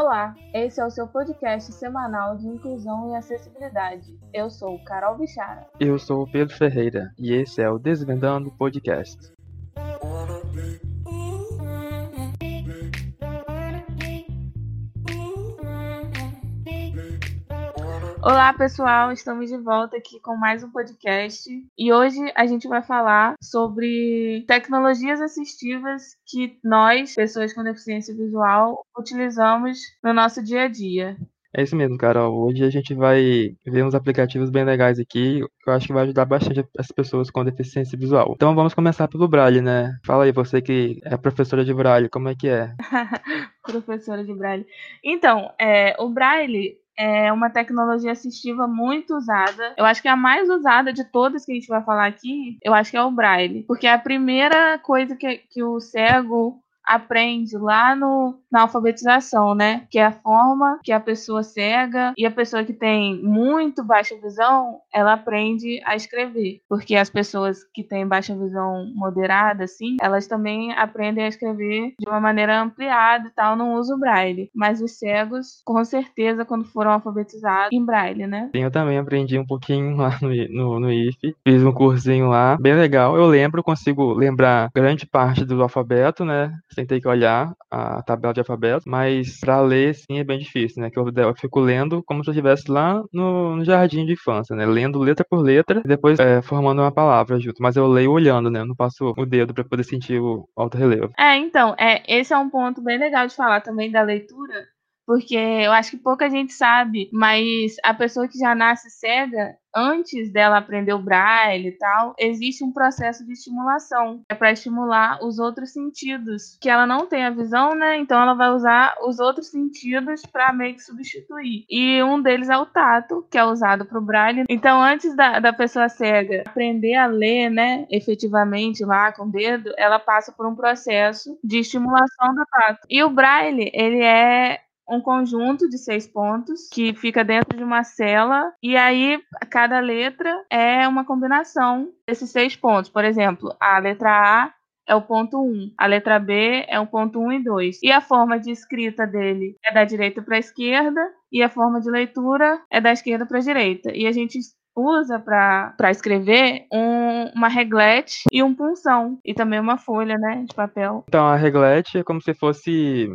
Olá, esse é o seu podcast semanal de inclusão e acessibilidade. Eu sou Carol Bichara. Eu sou o Pedro Ferreira e esse é o Desvendando Podcast. Olá pessoal, estamos de volta aqui com mais um podcast e hoje a gente vai falar sobre tecnologias assistivas que nós, pessoas com deficiência visual, utilizamos no nosso dia a dia. É isso mesmo, Carol. Hoje a gente vai ver uns aplicativos bem legais aqui, que eu acho que vai ajudar bastante as pessoas com deficiência visual. Então vamos começar pelo Braille, né? Fala aí, você que é professora de Braille, como é que é? Professora de Braille. Então, o Braille é uma tecnologia assistiva muito usada. Eu acho que a mais usada de todas que a gente vai falar aqui, eu acho que é o Braille. Porque é a primeira coisa que o cego aprende lá na alfabetização, né? Que é a forma que a pessoa cega e a pessoa que tem muito baixa visão, ela aprende a escrever. Porque as pessoas que têm baixa visão moderada, assim, elas também aprendem a escrever de uma maneira ampliada e tal, não usam o Braille. Mas os cegos, com certeza, quando foram alfabetizados, em Braille, né? Sim, eu também aprendi um pouquinho lá no IFE, fiz um cursinho lá, bem legal. Consigo lembrar grande parte do alfabeto, né? Sem ter que olhar a tabela de alfabeto, mas para ler, sim, é bem difícil, né? Que eu fico lendo como se eu estivesse lá no jardim de infância, né? Lendo letra por letra e depois formando uma palavra junto. Mas eu leio olhando, né? Eu não passo o dedo para poder sentir o alto relevo. Então, esse é um ponto bem legal de falar também da leitura, porque eu acho que pouca gente sabe, mas a pessoa que já nasce cega, antes dela aprender o Braille e tal, existe um processo de estimulação. É para estimular os outros sentidos, que ela não tem a visão, né? Então ela vai usar os outros sentidos para meio que substituir. E um deles é o tato, que é usado para o Braille. Então, antes da pessoa cega aprender a ler, né, efetivamente lá com o dedo, ela passa por um processo de estimulação do tato. E o Braille, ele é um conjunto de 6 pontos que fica dentro de uma cela e aí cada letra é uma combinação desses 6 pontos. Por exemplo, a letra A é o ponto 1, a letra B é o ponto 1 e 2. E a forma de escrita dele é da direita para a esquerda e a forma de leitura é da esquerda para a direita. E a gente usa para escrever uma reglete e um punção e também uma folha, né, de papel. Então, a reglete é como se fosse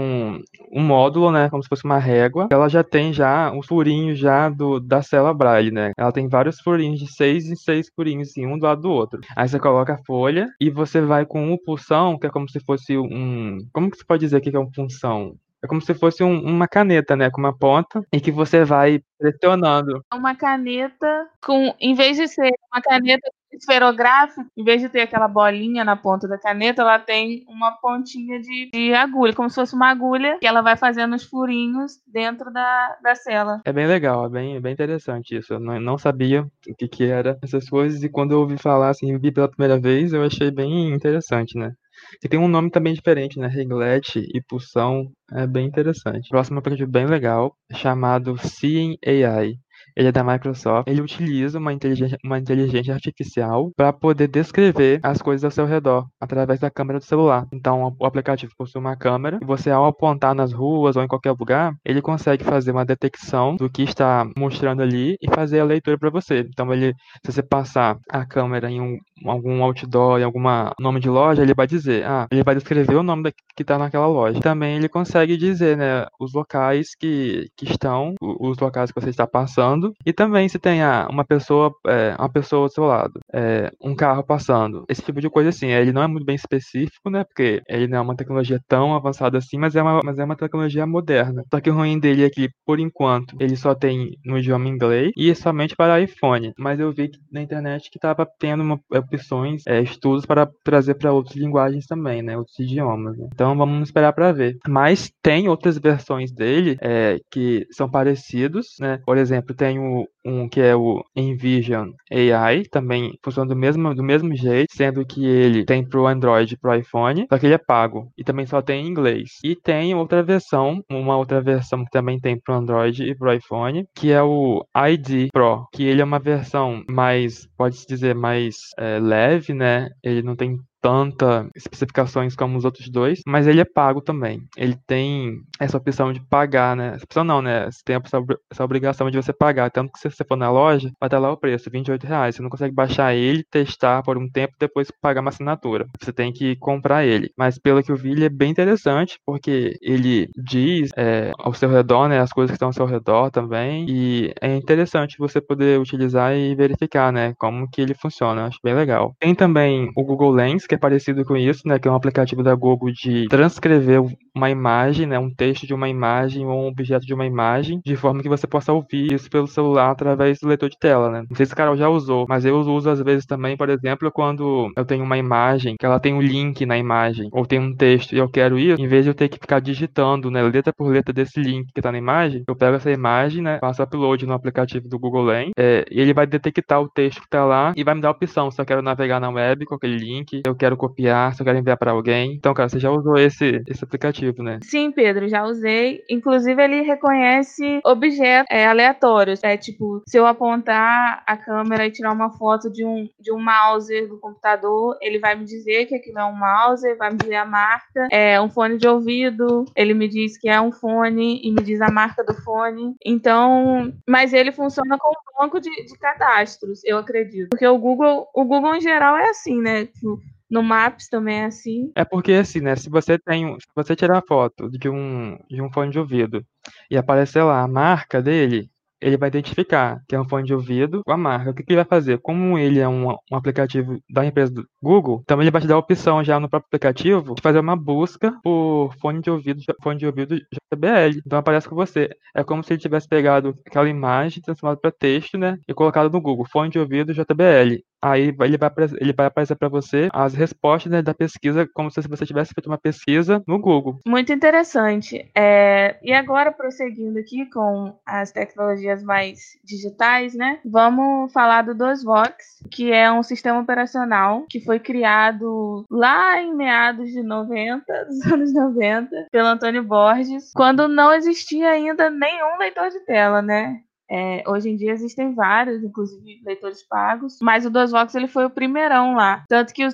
um módulo, né? Como se fosse uma régua. Ela já tem os furinhos da célula Braille, né? Ela tem vários furinhos de 6 em 6 furinhos, assim, um do lado do outro. Aí você coloca a folha e você vai com um punção, que é como se fosse Como que você pode dizer que é um punção? É como se fosse uma caneta, né? Com uma ponta e que você vai pressionando. Uma caneta em vez de ser uma caneta esferográfica, em vez de ter aquela bolinha na ponta da caneta, ela tem uma pontinha de agulha, como se fosse uma agulha, que ela vai fazendo os furinhos dentro da cela. É bem legal, é bem interessante isso. Eu não sabia o que era essas coisas e quando eu ouvi falar, assim, vi pela primeira vez, eu achei bem interessante, né? E tem um nome também diferente, né? Reglete e pulsão, é bem interessante. Próximo aplicativo bem legal, chamado Seeing AI. Ele é da Microsoft. Ele utiliza uma inteligência artificial para poder descrever as coisas ao seu redor através da câmera do celular. Então, o aplicativo possui uma câmera e você, ao apontar nas ruas ou em qualquer lugar, ele consegue fazer uma detecção do que está mostrando ali e fazer a leitura para você. Então, se você passar a câmera em algum outdoor, em algum nome de loja, ele vai dizer, ele vai descrever o nome que está naquela loja. Também ele consegue dizer, né, os locais que estão, os locais que você está passando. E também se tem uma pessoa ao seu lado, um carro passando, esse tipo de coisa assim. Ele não é muito bem específico, né? Porque ele não é uma tecnologia tão avançada assim, mas é uma tecnologia moderna. Só que o ruim dele é que, por enquanto, ele só tem no idioma inglês e é somente para iPhone. Mas eu vi na internet que estava tendo opções, estudos para trazer para outras linguagens também, né? Outros idiomas, né? Então vamos esperar para ver. Mas tem outras versões dele que são parecidos, né? Por exemplo, tem um que é o Envision AI, também funciona do mesmo jeito, sendo que ele tem pro Android e pro iPhone, só que ele é pago e também só tem em inglês. E tem uma outra versão que também tem pro Android e pro iPhone, que é o ID Pro, que ele é uma versão mais, pode-se dizer, mais leve, né? Ele não tem tanta especificações como os outros dois, mas ele é pago também. Ele tem essa opção de pagar, né? Essa opção não, né? Você tem essa obrigação de você pagar. Tanto que se você for na loja, vai estar lá o preço, R$ 28. Você não consegue baixar ele, testar por um tempo, depois pagar uma assinatura. Você tem que comprar ele. Mas pelo que eu vi, ele é bem interessante, porque ele diz ao seu redor, né? As coisas que estão ao seu redor também. E é interessante você poder utilizar e verificar, né? Como que ele funciona. Acho bem legal. Tem também o Google Lens, que é parecido com isso, né? Que é um aplicativo da Google de transcrever uma imagem, né? Um texto de uma imagem ou um objeto de uma imagem, de forma que você possa ouvir isso pelo celular através do leitor de tela, né? Não sei se o Carol já usou, mas eu uso às vezes também, por exemplo, quando eu tenho uma imagem que ela tem um link na imagem, ou tem um texto e eu quero ir, em vez de eu ter que ficar digitando, né? Letra por letra desse link que tá na imagem, eu pego essa imagem, né? Faço upload no aplicativo do Google Lens, e ele vai detectar o texto que tá lá e vai me dar a opção se eu quero navegar na web com aquele link, se eu quero copiar, se eu quero enviar para alguém. Então, cara, você já usou esse aplicativo, né? Sim, Pedro, já usei. Inclusive, ele reconhece objetos aleatórios. Tipo, se eu apontar a câmera e tirar uma foto de um mouse do computador, ele vai me dizer que aquilo é um mouse, vai me dizer a marca. Um fone de ouvido, ele me diz que é um fone e me diz a marca do fone. Então, mas ele funciona como um banco de cadastros, eu acredito. Porque o Google em geral é assim, né? Tipo, no Maps também é assim. É porque assim, né? Se você tirar a foto de um fone de ouvido e aparecer lá a marca dele, ele vai identificar que é um fone de ouvido com a marca. O que que ele vai fazer? Como ele é um aplicativo da empresa do Google, então ele vai te dar a opção já no próprio aplicativo de fazer uma busca por fone de ouvido JBL. Então aparece com você. É como se ele tivesse pegado aquela imagem, transformado para texto, né? E colocado no Google, fone de ouvido JBL. Aí ele vai aparecer para você as respostas, né, da pesquisa, como se você tivesse feito uma pesquisa no Google. Muito interessante. E agora, prosseguindo aqui com as tecnologias mais digitais, né? Vamos falar do DOSVox, que é um sistema operacional que foi criado lá em meados de 90, dos anos 90, pelo Antônio Borges, quando não existia ainda nenhum leitor de tela, né? Hoje em dia existem vários, inclusive leitores pagos, mas o DOSVox ele foi o primeirão lá. Tanto que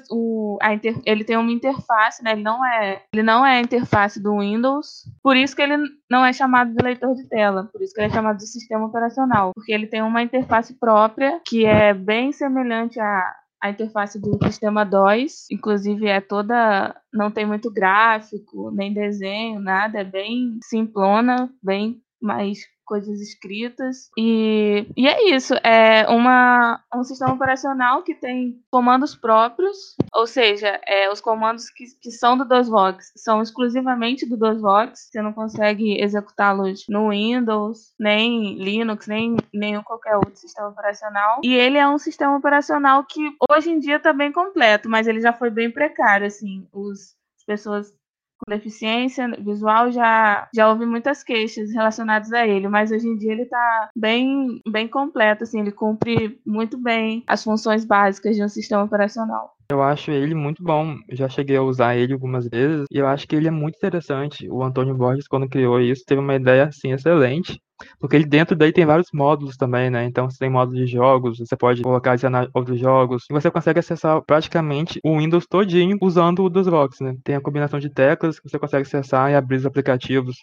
ele tem uma interface, né? Ele não é a interface do Windows, por isso que ele não é chamado de leitor de tela, por isso que ele é chamado de sistema operacional, porque ele tem uma interface própria que é bem semelhante à interface do sistema DOS, inclusive não tem muito gráfico, nem desenho, nada, é bem simplona, bem mais coisas escritas. E é isso. É um sistema operacional que tem comandos próprios, ou seja, os comandos que são do DOSVox são exclusivamente do DOSVox. Você não consegue executá-los no Windows, nem Linux, nem nenhum qualquer outro sistema operacional. E ele é um sistema operacional que hoje em dia está bem completo, mas ele já foi bem precário, assim. As pessoas com deficiência visual já houve muitas queixas relacionadas a ele, mas hoje em dia ele está bem, bem completo, assim, ele cumpre muito bem as funções básicas de um sistema operacional. Eu acho ele muito bom. Eu já cheguei a usar ele algumas vezes e eu acho que ele é muito interessante. O Antônio Borges, quando criou isso, teve uma ideia assim excelente. Porque ele dentro daí tem vários módulos também, né? Então você tem módulos de jogos, você pode colocar adicionar outros jogos e você consegue acessar praticamente o Windows todinho usando o DOSVox, né? Tem a combinação de teclas que você consegue acessar e abrir os aplicativos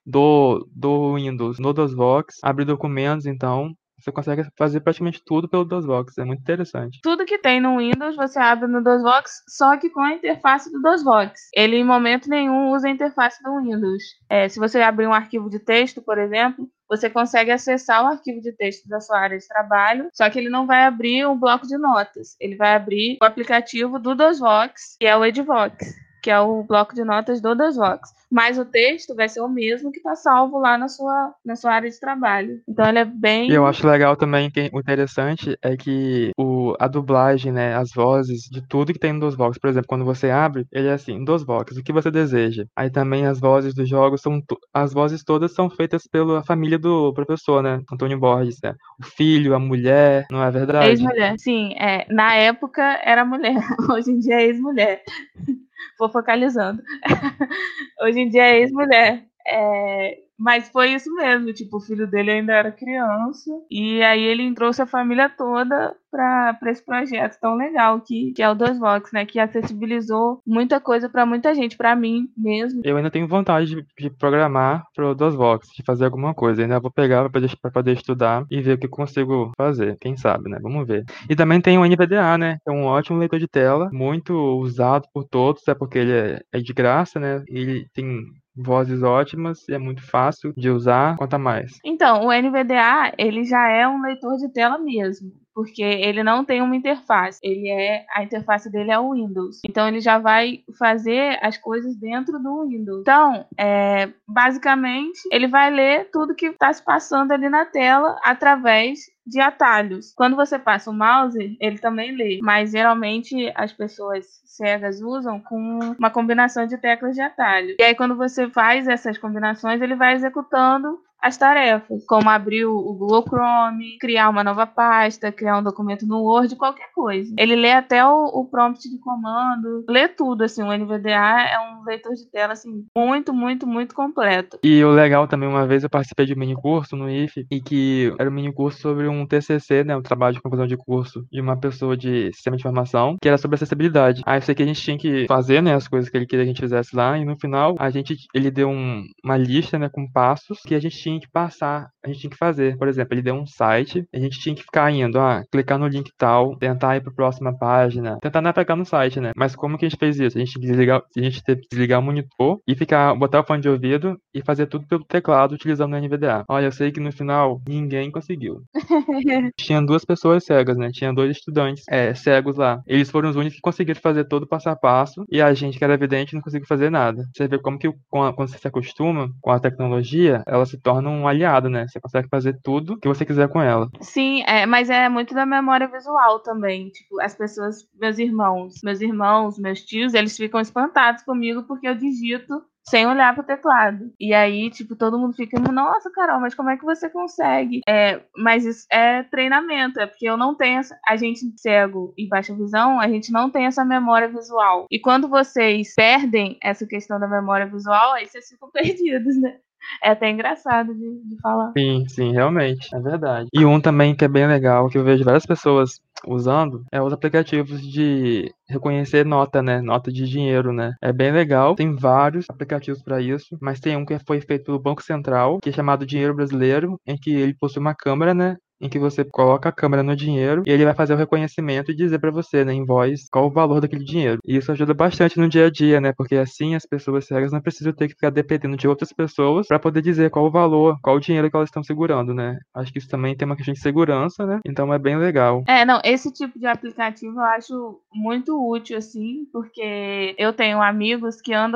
do Windows no DOSVox, abrir documentos, então você consegue fazer praticamente tudo pelo DOSVox. É muito interessante. Tudo que tem no Windows você abre no DOSVox, só que com a interface do DOSVox. Ele em momento nenhum usa a interface do Windows. Se você abrir um arquivo de texto, por exemplo, você consegue acessar o arquivo de texto da sua área de trabalho, só que ele não vai abrir um bloco de notas. Ele vai abrir o aplicativo do DOSVox, que é o Edvox, que é o bloco de notas do DOSVox. Mas o texto vai ser o mesmo que está salvo lá na sua área de trabalho. Então ele é E eu bem... acho legal também que o interessante é que a dublagem, né, as vozes de tudo que tem no DOSBox. Por exemplo, quando você abre, ele é assim, DOSBox, o que você deseja? Aí também as vozes dos jogos as vozes todas são feitas pela família do professor, né, Antônio Borges, né? O filho, a mulher, não é verdade? Ex-mulher. Sim, na época era mulher, hoje em dia é ex-mulher. Vou focalizando. Hoje em dia é ex-mulher. Mas foi isso mesmo, tipo, o filho dele ainda era criança, e aí ele trouxe a família toda para esse projeto tão legal que é o DOSBox, né? Que acessibilizou muita coisa para muita gente, para mim mesmo. Eu ainda tenho vontade de programar pro DOSBox, de fazer alguma coisa. Ainda vou pegar para poder estudar e ver o que consigo fazer. Quem sabe, né? Vamos ver. E também tem o NVDA, né? É um ótimo leitor de tela, muito usado por todos, é porque ele é de graça, né? E ele tem vozes ótimas e é muito fácil de usar. Conta mais. Então, o NVDA, ele já é um leitor de tela mesmo, porque ele não tem uma interface. A interface dele é o Windows. Então ele já vai fazer as coisas dentro do Windows. Então, basicamente, ele vai ler tudo que está se passando ali na tela através de atalhos. Quando você passa o mouse, ele também lê, mas geralmente as pessoas cegas usam com uma combinação de teclas de atalho. E aí quando você faz essas combinações, ele vai executando as tarefas, como abrir o Google Chrome, criar uma nova pasta, criar um documento no Word, qualquer coisa. Ele lê até o prompt de comando, lê tudo, assim, o NVDA é um leitor de tela, assim, muito, muito, muito completo. E o legal também, uma vez eu participei de um mini curso no IFE, e que era um mini curso sobre um TCC, né, um trabalho de conclusão de curso de uma pessoa de sistema de informação, que era sobre acessibilidade. Aí eu sei que a gente tinha que fazer, né, as coisas que ele queria que a gente fizesse lá, e no final ele deu uma lista, né, com passos que a gente tinha que passar, a gente tinha que fazer. Por exemplo, ele deu um site, a gente tinha que ficar indo, clicar no link tal, tentar ir para a próxima página, tentar navegar no site, né? Mas como que a gente fez isso? A gente teve que desligar o monitor e botar o fone de ouvido e fazer tudo pelo teclado utilizando o NVDA. Olha, eu sei que no final ninguém conseguiu. Tinha duas pessoas cegas, né? Tinha dois estudantes cegos lá. Eles foram os únicos que conseguiram fazer todo o passo a passo, e a gente que era vidente não conseguiu fazer nada. Você vê como que quando você se acostuma com a tecnologia, ela se torna um aliado, né? Você consegue fazer tudo que você quiser com ela. Sim, mas é muito da memória visual também. Tipo, as pessoas, meus tios, eles ficam espantados comigo porque eu digito sem olhar pro teclado. E aí, tipo, todo mundo fica, nossa, Carol, mas como é que você consegue? Mas isso é treinamento, é porque eu não tenho a gente cego e baixa visão, a gente não tem essa memória visual. E quando vocês perdem essa questão da memória visual, aí vocês ficam perdidos, né? É até engraçado de falar. Sim, sim, realmente, é verdade. E um também que é bem legal, que eu vejo várias pessoas usando, é os aplicativos de reconhecer nota, né? Nota de dinheiro, né? É bem legal, tem vários aplicativos para isso, mas tem um que foi feito pelo Banco Central, que é chamado Dinheiro Brasileiro, em que ele possui uma câmera, né? Em que você coloca a câmera no dinheiro e ele vai fazer o reconhecimento e dizer para você, né, em voz, qual o valor daquele dinheiro. E isso ajuda bastante no dia a dia, né? Porque assim as pessoas cegas não precisam ter que ficar dependendo de outras pessoas para poder dizer qual o valor, qual o dinheiro que elas estão segurando, né? Acho que isso também tem uma questão de segurança, né? Então é bem legal. Não, esse tipo de aplicativo eu acho muito útil, assim, porque eu tenho amigos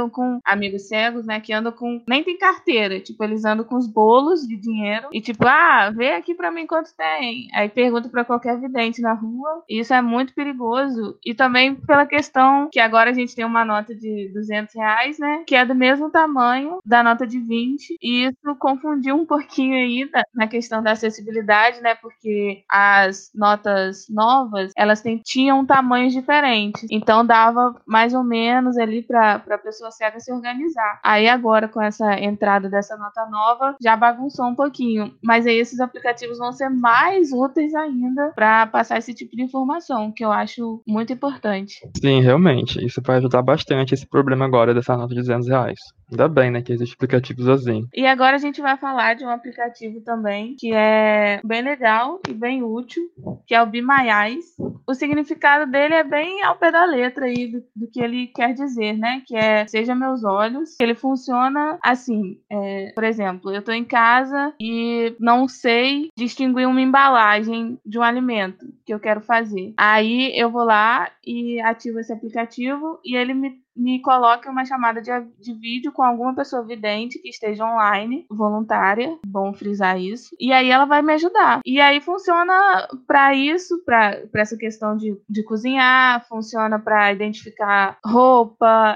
amigos cegos, né, que andam nem tem carteira, tipo, eles andam com os bolos de dinheiro e tipo, vê aqui pra mim quanto tem. Aí pergunta pra qualquer vidente na rua, e isso é muito perigoso. E também pela questão que agora a gente tem uma nota de R$ 200, né, que é do mesmo tamanho da nota de 20, e isso confundiu um pouquinho aí na questão da acessibilidade, né, porque as notas novas, elas tinham tamanhos diferentes. Então dava mais ou menos ali para a pessoa cega se organizar. Aí agora com essa entrada dessa nota nova, já bagunçou um pouquinho. Mas aí esses aplicativos vão ser mais úteis ainda para passar esse tipo de informação, que eu acho muito importante. Sim, realmente. Isso vai ajudar bastante esse problema agora dessa nota de R$ 200. Ainda bem, né, que existem aplicativos assim. E agora a gente vai falar de um aplicativo também que é bem legal e bem útil, que é o Be My Eyes. O significado dele é bem ao pé da letra aí do que ele quer dizer, né? Que é Seja Meus Olhos. Ele funciona assim, por exemplo, eu tô em casa e não sei distinguir uma embalagem de um alimento que eu quero fazer. Aí eu vou lá e ativo esse aplicativo e ele me me coloque uma chamada de vídeo com alguma pessoa vidente que esteja online, voluntária, bom frisar isso, e aí ela vai me ajudar. E aí funciona para isso, para essa questão de cozinhar, funciona para identificar roupa,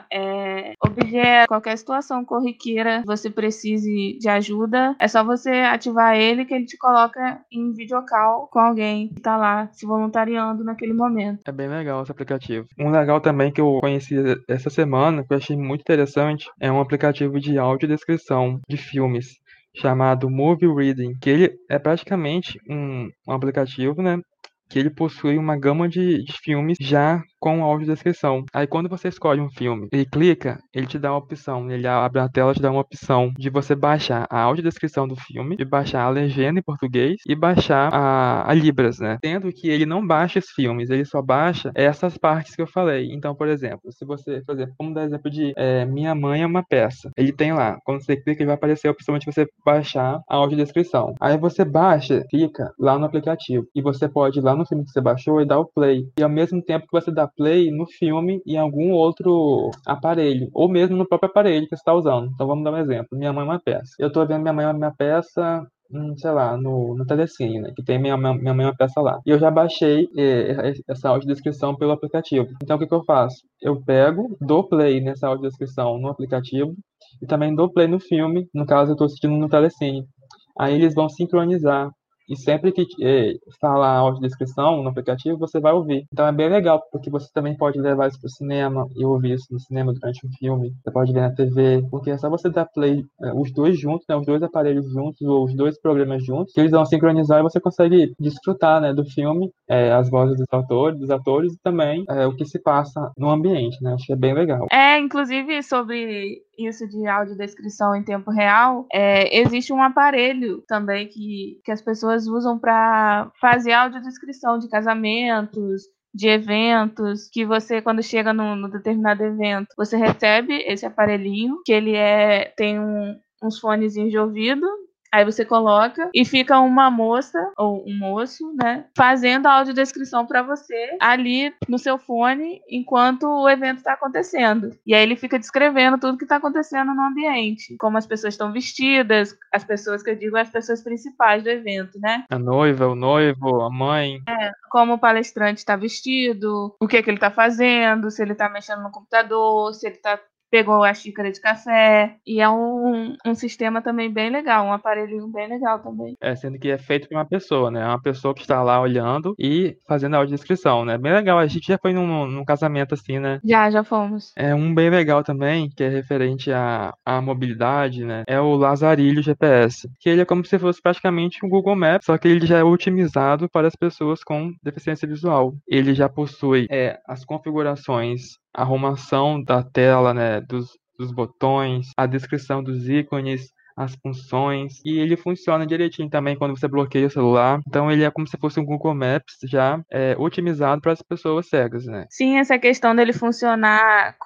objeto, qualquer situação corriqueira que você precise de ajuda, é só você ativar ele que ele te coloca em videocall com alguém que tá lá se voluntariando naquele momento. É bem legal esse aplicativo. Um legal também que eu conheci essa semana, que eu achei muito interessante, é um aplicativo de audiodescrição de filmes chamado Movie Reading, que ele é praticamente um aplicativo, né, que ele possui uma gama de filmes já com audiodescrição. Aí quando você escolhe um filme, ele clica, ele te dá uma opção, ele abre a tela, te dá uma opção de você baixar a audiodescrição do filme, de baixar a legenda em português e baixar a Libras, né? Sendo que ele não baixa os filmes, ele só baixa essas partes que eu falei. Então, por exemplo, se você, vamos dar exemplo de Minha Mãe é uma Peça. Ele tem lá, quando você clica, ele vai aparecer a opção de você baixar a audiodescrição. Aí você baixa, clica lá no aplicativo e você pode ir lá no filme que você baixou e dar o play. E ao mesmo tempo que você dá play no filme em algum outro aparelho, ou mesmo no próprio aparelho que você está usando. Então vamos dar um exemplo. Minha Mãe é uma Peça. Eu estou vendo Minha Mãe é uma Peça, sei lá, no Telecine, né? Que tem Minha Mãe é uma Peça lá. E eu já baixei essa audiodescrição pelo aplicativo. Então o que eu faço? Eu pego, dou play nessa audiodescrição no aplicativo e também dou play no filme, no caso eu estou assistindo no Telecine. Aí eles vão sincronizar. E sempre que fala a audiodescrição no aplicativo, você vai ouvir. Então é bem legal, porque você também pode levar isso para o cinema e ouvir isso no cinema durante um filme. Você pode ver na TV, porque é só você dar play, os dois juntos, né, os dois aparelhos juntos, ou os dois programas juntos, que eles vão sincronizar e você consegue desfrutar, né, do filme, as vozes dos atores e também o que se passa no ambiente, né? Acho que é bem legal. Inclusive sobre isso de audiodescrição em tempo real, existe um aparelho também que as pessoas usam para fazer audiodescrição de casamentos, de eventos, que você, quando chega no determinado evento, você recebe esse aparelhinho, que ele tem uns fonezinhos de ouvido. Aí você coloca e fica uma moça ou um moço, né, fazendo a audiodescrição para você ali no seu fone enquanto o evento está acontecendo. E aí ele fica descrevendo tudo que está acontecendo no ambiente, como as pessoas estão vestidas, as pessoas que eu digo, as pessoas principais do evento, né? A noiva, o noivo, a mãe. Como o palestrante está vestido, o que ele está fazendo, se ele está mexendo no computador, se ele pegou a xícara de café, e é um sistema também bem legal, um aparelhinho bem legal também. Sendo que é feito por uma pessoa, né? É uma pessoa que está lá olhando e fazendo a audiodescrição, né? Bem legal, a gente já foi num casamento assim, né? Já fomos. É um bem legal também, que é referente à mobilidade, né? É o Lazarilho GPS, que ele é como se fosse praticamente um Google Maps, só que ele já é otimizado para as pessoas com deficiência visual. Ele já possui as configurações, a arrumação da tela, né? Dos botões, a descrição dos ícones, as funções, e ele funciona direitinho também quando você bloqueia o celular. Então ele é como se fosse um Google Maps já otimizado para as pessoas cegas, né? Sim, essa questão dele funcionar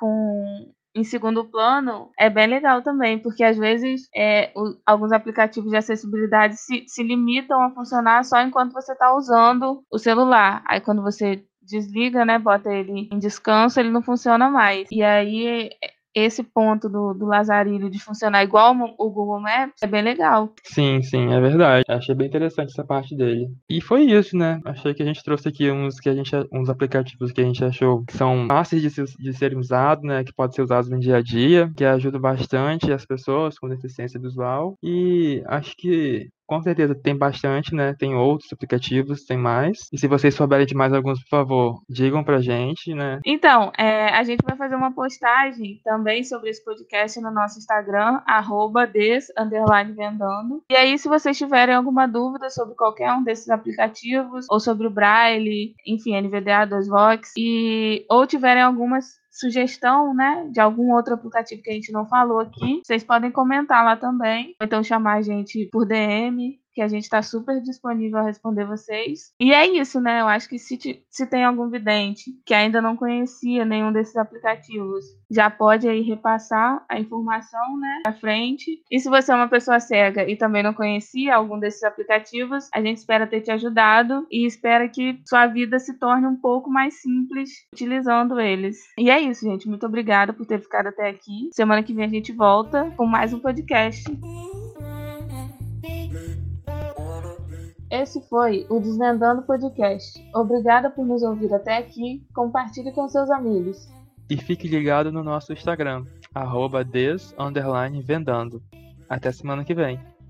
em segundo plano é bem legal também, porque às vezes alguns aplicativos de acessibilidade se limitam a funcionar só enquanto você está usando o celular. Aí quando você desliga, né, bota ele em descanso, ele não funciona mais. E aí esse ponto do Lazarilho de funcionar igual o Google Maps é bem legal. Sim, é verdade. Achei bem interessante essa parte dele. E foi isso, né? Achei que a gente trouxe aqui uns aplicativos que a gente achou que são fáceis de serem usados, né? Que podem ser usados no dia a dia, que ajudam bastante as pessoas com deficiência visual. E acho que com certeza tem bastante, né? Tem outros aplicativos, tem mais. E se vocês souberem de mais alguns, por favor, digam pra gente, né? Então, a gente vai fazer uma postagem também sobre esse podcast no nosso Instagram, @des_vendando. E aí, se vocês tiverem alguma dúvida sobre qualquer um desses aplicativos, ou sobre o Braille, enfim, NVDA 2Vox, ou tiverem alguma sugestão, né, de algum outro aplicativo que a gente não falou aqui, vocês podem comentar lá também, ou então chamar a gente por DM, que a gente está super disponível a responder vocês. E é isso, né? Eu acho que se tem algum vidente que ainda não conhecia nenhum desses aplicativos, já pode aí repassar a informação, né, à frente. E se você é uma pessoa cega e também não conhecia algum desses aplicativos, a gente espera ter te ajudado e espera que sua vida se torne um pouco mais simples utilizando eles. E é isso, gente. Muito obrigada por ter ficado até aqui. Semana que vem a gente volta com mais um podcast. Esse foi o Desvendando Podcast. Obrigada por nos ouvir até aqui. Compartilhe com seus amigos. E fique ligado no nosso Instagram, @des_vendando. Até semana que vem.